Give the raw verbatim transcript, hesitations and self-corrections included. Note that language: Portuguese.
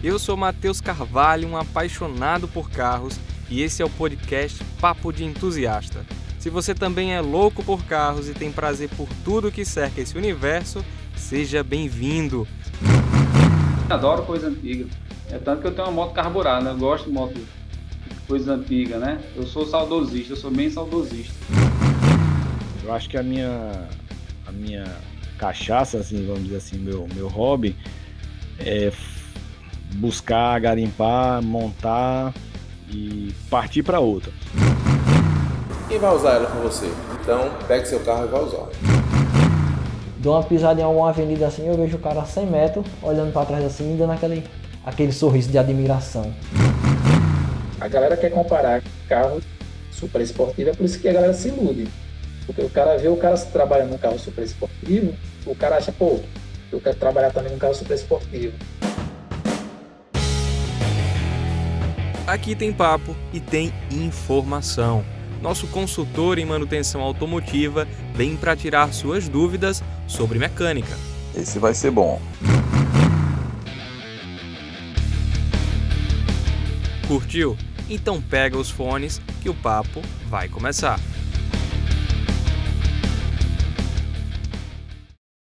Eu sou Matheus Carvalho, um apaixonado por carros, e esse é o podcast Papo de Entusiasta. Se você também é louco por carros e tem prazer por tudo que cerca esse universo, seja bem-vindo! Adoro coisa antiga. É tanto que eu tenho uma moto carburada, né? Eu gosto de moto, coisas antigas, né? Eu sou saudosista, eu sou bem saudosista. Eu acho que a minha, a minha cachaça, assim, vamos dizer assim, meu, meu hobby é buscar, garimpar, montar e partir para outra. Quem vai usar ela com você? Então, pegue seu carro e vai usar. Dou uma pisada em alguma avenida assim, eu vejo o cara a cem metros, olhando para trás assim, dando aquele, aquele sorriso de admiração. A galera quer comparar carro super esportivo, é por isso que a galera se ilude. Porque o cara vê o cara trabalhando num carro super esportivo, o cara acha, pô, eu quero trabalhar também num carro super esportivo. Aqui tem papo e tem informação. Nosso consultor em manutenção automotiva vem para tirar suas dúvidas sobre mecânica. Esse vai ser bom. Curtiu? Então pega os fones que o papo vai começar.